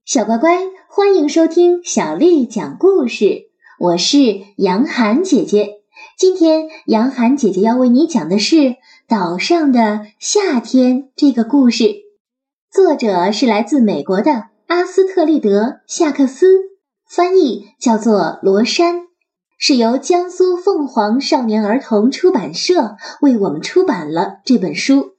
小乖乖，欢迎收听小丽讲故事，我是杨涵姐姐。今天杨涵姐姐要为你讲的是《岛上的夏天》这个故事，作者是来自美国的阿斯特利德·夏克斯，翻译叫做罗珊，是由江苏凤凰少年儿童出版社为我们出版了这本书。《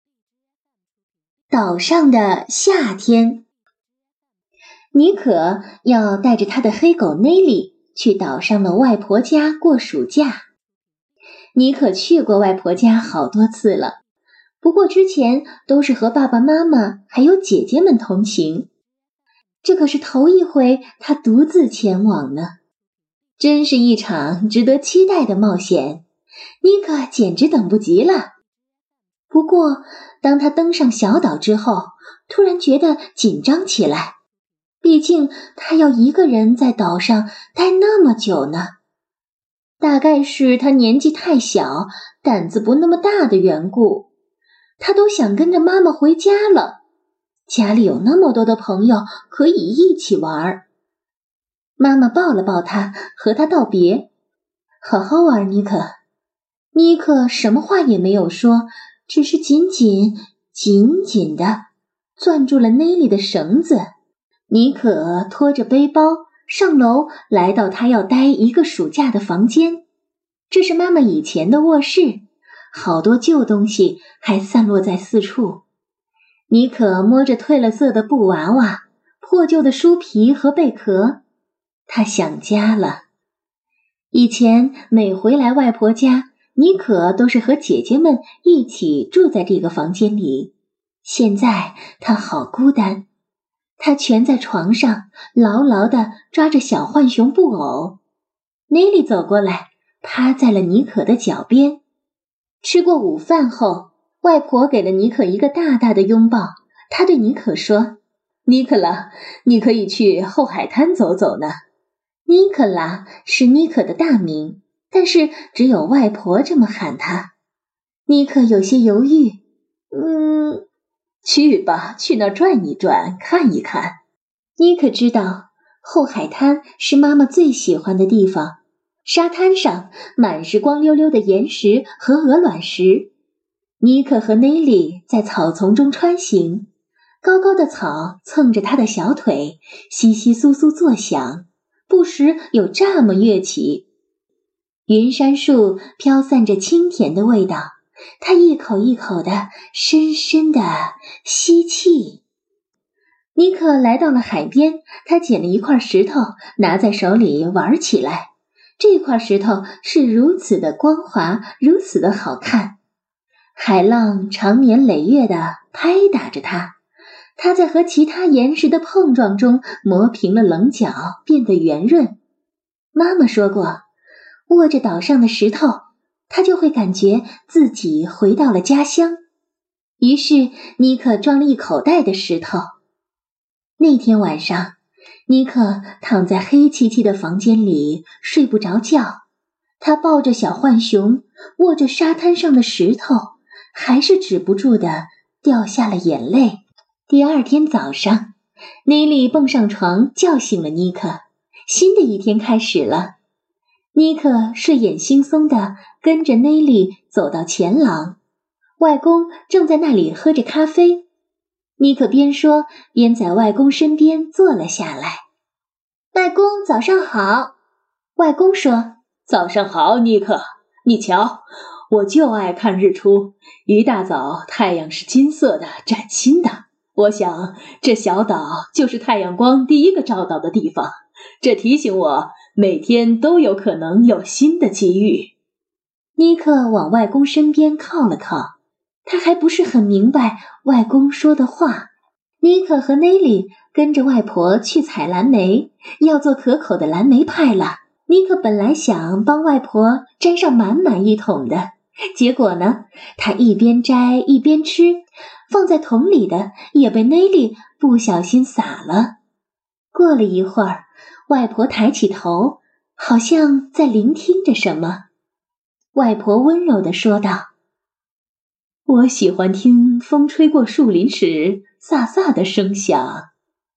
岛上的夏天》，妮可要带着她的黑狗内里去岛上的外婆家过暑假。妮可去过外婆家好多次了，不过之前都是和爸爸妈妈还有姐姐们同行，这可是头一回她独自前往呢，真是一场值得期待的冒险。妮可简直等不及了。不过当她登上小岛之后，突然觉得紧张起来，毕竟他要一个人在岛上待那么久呢。大概是他年纪太小，胆子不那么大的缘故，他都想跟着妈妈回家了。家里有那么多的朋友可以一起玩。妈妈抱了抱他，和他道别。好好玩，妮可。妮可什么话也没有说，只是紧紧地攥住了内里的绳子。妮可拖着背包上楼，来到她要待一个暑假的房间。这是妈妈以前的卧室，好多旧东西还散落在四处。妮可摸着褪了色的布娃娃、破旧的书皮和贝壳，她想家了。以前每回来外婆家，妮可都是和姐姐们一起住在这个房间里，现在她好孤单。他蜷在床上，牢牢地抓着小浣熊布偶。内里走过来，趴在了妮可的脚边。吃过午饭后，外婆给了妮可一个大大的拥抱。她对妮可说：“妮可拉，你可以去后海滩走走呢。”妮可拉是妮可的大名，但是只有外婆这么喊她。妮可有些犹豫，去吧，去那儿转一转，看一看。妮可知道后海滩是妈妈最喜欢的地方，沙滩上满是光溜溜的岩石和鹅卵石。妮可和内里在草丛中穿行，高高的草蹭着她的小腿，窸窸窣窣作响，不时有蚱蜢跃起。云杉树飘散着清甜的味道，他一口一口地深深地吸气。妮可来到了海边，他捡了一块石头，拿在手里玩起来。这块石头是如此的光滑，如此的好看。海浪长年累月地拍打着它，它在和其他岩石的碰撞中磨平了棱角，变得圆润。妈妈说过，握着岛上的石头，他就会感觉自己回到了家乡。于是妮可装了一口袋的石头。那天晚上，妮可躺在黑漆漆的房间里睡不着觉，她抱着小浣熊，握着沙滩上的石头，还是止不住地掉下了眼泪。第二天早上，内里蹦上床叫醒了妮可，新的一天开始了。妮可睡眼惺忪地跟着内里走到前廊，外公正在那里喝着咖啡。妮可边说边在外公身边坐了下来。外公早上好。外公说： 早上好，妮可，你瞧，我就爱看日出，一大早太阳是金色的，崭新的。我想这小岛就是太阳光第一个照到的地方，这提醒我每天都有可能有新的机遇。 妮可往外公身边靠了靠，他还不是很明白外公说的话。妮可和内里跟着外婆去采蓝莓，要做可口的蓝莓派了。妮可本来想帮外婆摘上满满一桶的，结果呢，她一边摘一边吃，放在桶里的也被内里不小心洒了。过了一会儿，外婆抬起头，好像在聆听着什么。外婆温柔地说道： 我喜欢听风吹过树林时飒飒的声响。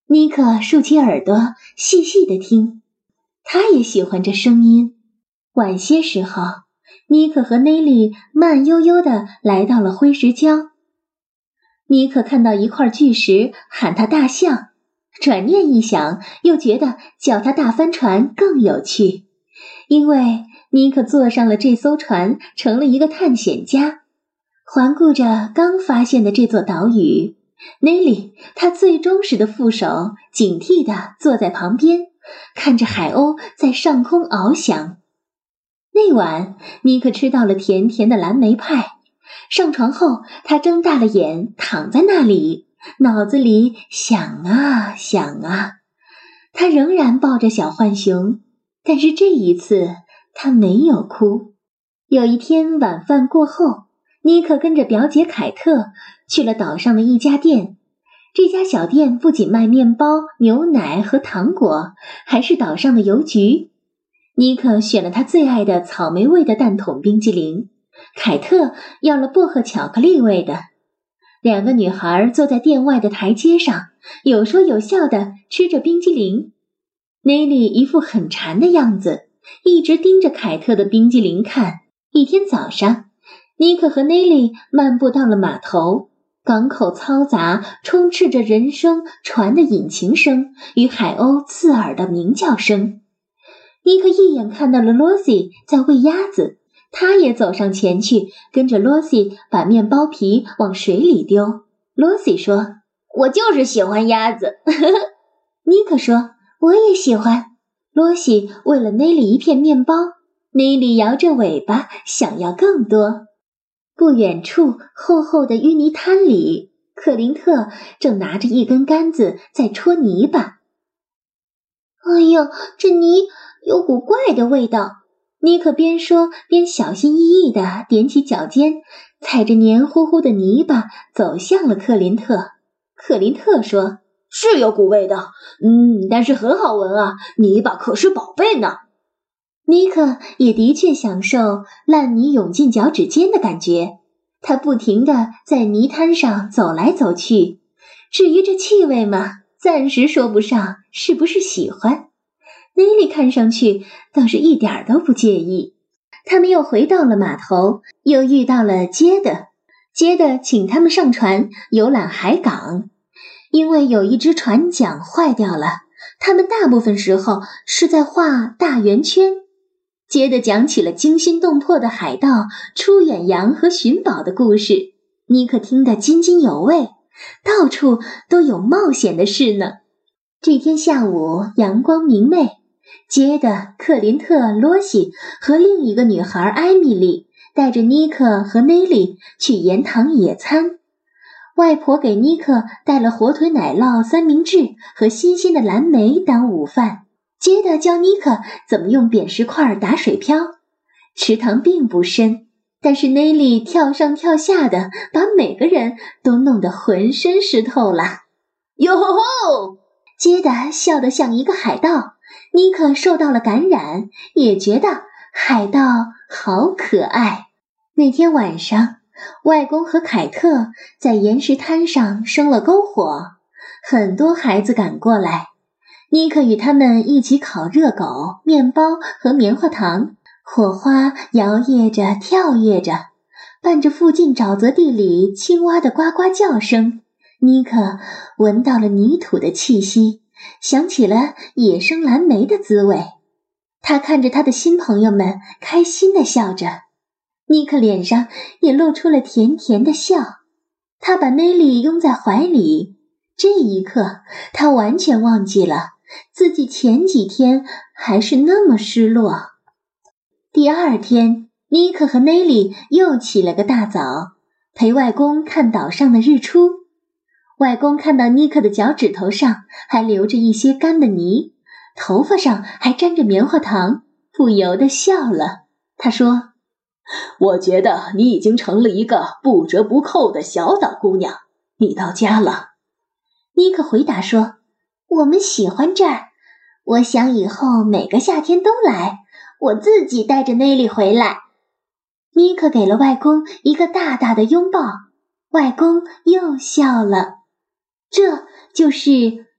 尼克竖起耳朵细细地听，他也喜欢这声音。晚些时候，尼克和内利慢悠悠地来到了灰石礁。尼克看到一块巨石，喊他大象，转念一想，又觉得叫他大帆船更有趣，因为尼克坐上了这艘船，成了一个探险家。环顾着刚发现的这座岛屿，内利，他最忠实的副手，警惕地坐在旁边，看着海鸥在上空翱翔。那晚，尼克吃到了甜甜的蓝莓派。上床后，他睁大了眼，躺在那里，脑子里想啊想啊。他仍然抱着小浣熊，但是这一次他没有哭。有一天晚饭过后，尼克跟着表姐凯特去了岛上的一家店。这家小店不仅卖面包、牛奶和糖果，还是岛上的邮局。尼克选了他最爱的草莓味的蛋筒冰激凌，凯特要了薄荷巧克力味的。两个女孩坐在店外的台阶上，有说有笑地吃着冰激凌。内利一副很馋的样子，一直盯着凯特的冰激凌看。一天早上，尼克和内利漫步到了码头，港口嘈杂，充斥着人声、船的引擎声与海鸥刺耳的鸣叫声。尼克一眼看到了罗西在喂鸭子，他也走上前去，跟着罗西把面包皮往水里丢。罗西说：“我就是喜欢鸭子。”尼克说：“我也喜欢。”罗西喂了内利一片面包，内利摇着尾巴想要更多。不远处厚厚的淤泥滩里，克林特正拿着一根杆子在戳泥巴。哎呀，这泥有股怪的味道。尼克边说边小心翼翼地踮起脚尖，踩着黏糊糊的泥巴走向了克林特。克林特说：“是有股味道，但是很好闻啊，泥巴可是宝贝呢。”尼克也的确享受烂泥涌进脚趾间的感觉，他不停地在泥滩上走来走去。至于这气味嘛，暂时说不上是不是喜欢。内利看上去倒是一点都不介意。他们又回到了码头，又遇到了杰德请他们上船游览海港。因为有一只船桨坏掉了，他们大部分时候是在画大圆圈。杰德讲起了惊心动魄的海盗出远洋和寻宝的故事，尼克听得津津有味，到处都有冒险的事呢。这天下午阳光明媚，杰德、克林特、罗西和另一个女孩艾米丽带着尼克和内利去盐塘野餐。外婆给尼克带了火腿奶酪三明治和新鲜的蓝莓当午饭。杰德教尼克怎么用扁石块打水漂。池塘并不深，但是内利跳上跳下的，把每个人都弄得浑身湿透了。哟吼吼！杰德笑得像一个海盗，尼克受到了感染，也觉得海盗好可爱。那天晚上，外公和凯特在岩石滩上生了篝火，很多孩子赶过来。尼克与他们一起烤热狗、面包和棉花糖，火花摇曳着跳跃着，伴着附近沼泽地里青蛙的呱呱叫声。尼克闻到了泥土的气息，想起了野生蓝莓的滋味。他看着他的新朋友们开心地笑着，尼克脸上也露出了甜甜的笑。他把内利拥在怀里，这一刻他完全忘记了自己前几天还是那么失落。第二天，尼克和内利又起了个大早，陪外公看岛上的日出。外公看到尼克的脚趾头上还留着一些干的泥，头发上还沾着棉花糖，不由得笑了。他说：“ 我觉得你已经成了一个不折不扣的小岛姑娘，你到家了。” 尼克回答说：“我们喜欢这儿，我想以后每个夏天都来，我自己带着内利回来。”尼克给了外公一个大大的拥抱，外公又笑了。这就是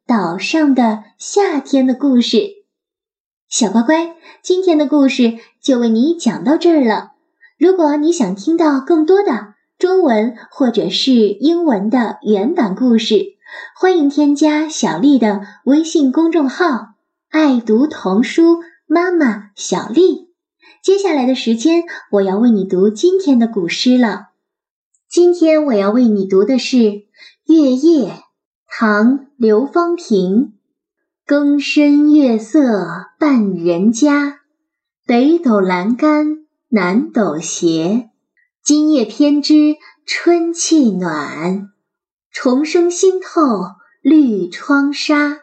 岛上的夏天的故事。小乖乖，今天的故事就为你讲到这儿了。如果你想听到更多的中文或者是英文的原版故事，欢迎添加小丽的微信公众号爱读童书妈妈小丽。接下来的时间，我要为你读今天的古诗了。今天我要为你读的是《月夜》，唐·刘方平。更深月色半人家，北斗阑干南斗斜。今夜偏知春气暖，重生新透绿窗纱。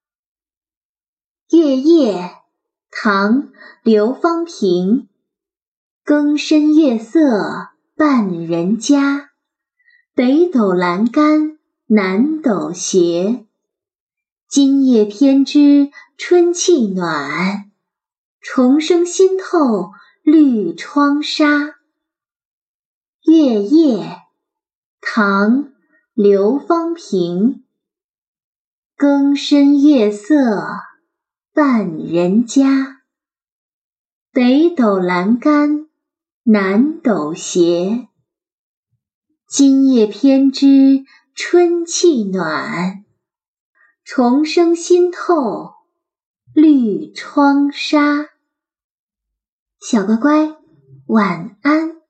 月夜，唐·刘方平。更深月色半人家，北斗阑干南斗斜。今夜偏知春气暖，重生新透绿窗纱。月夜，唐·刘方平。更深月色半人家，北斗阑干南斗斜。今夜偏知春气暖，重生新透绿窗纱。小乖乖，晚安。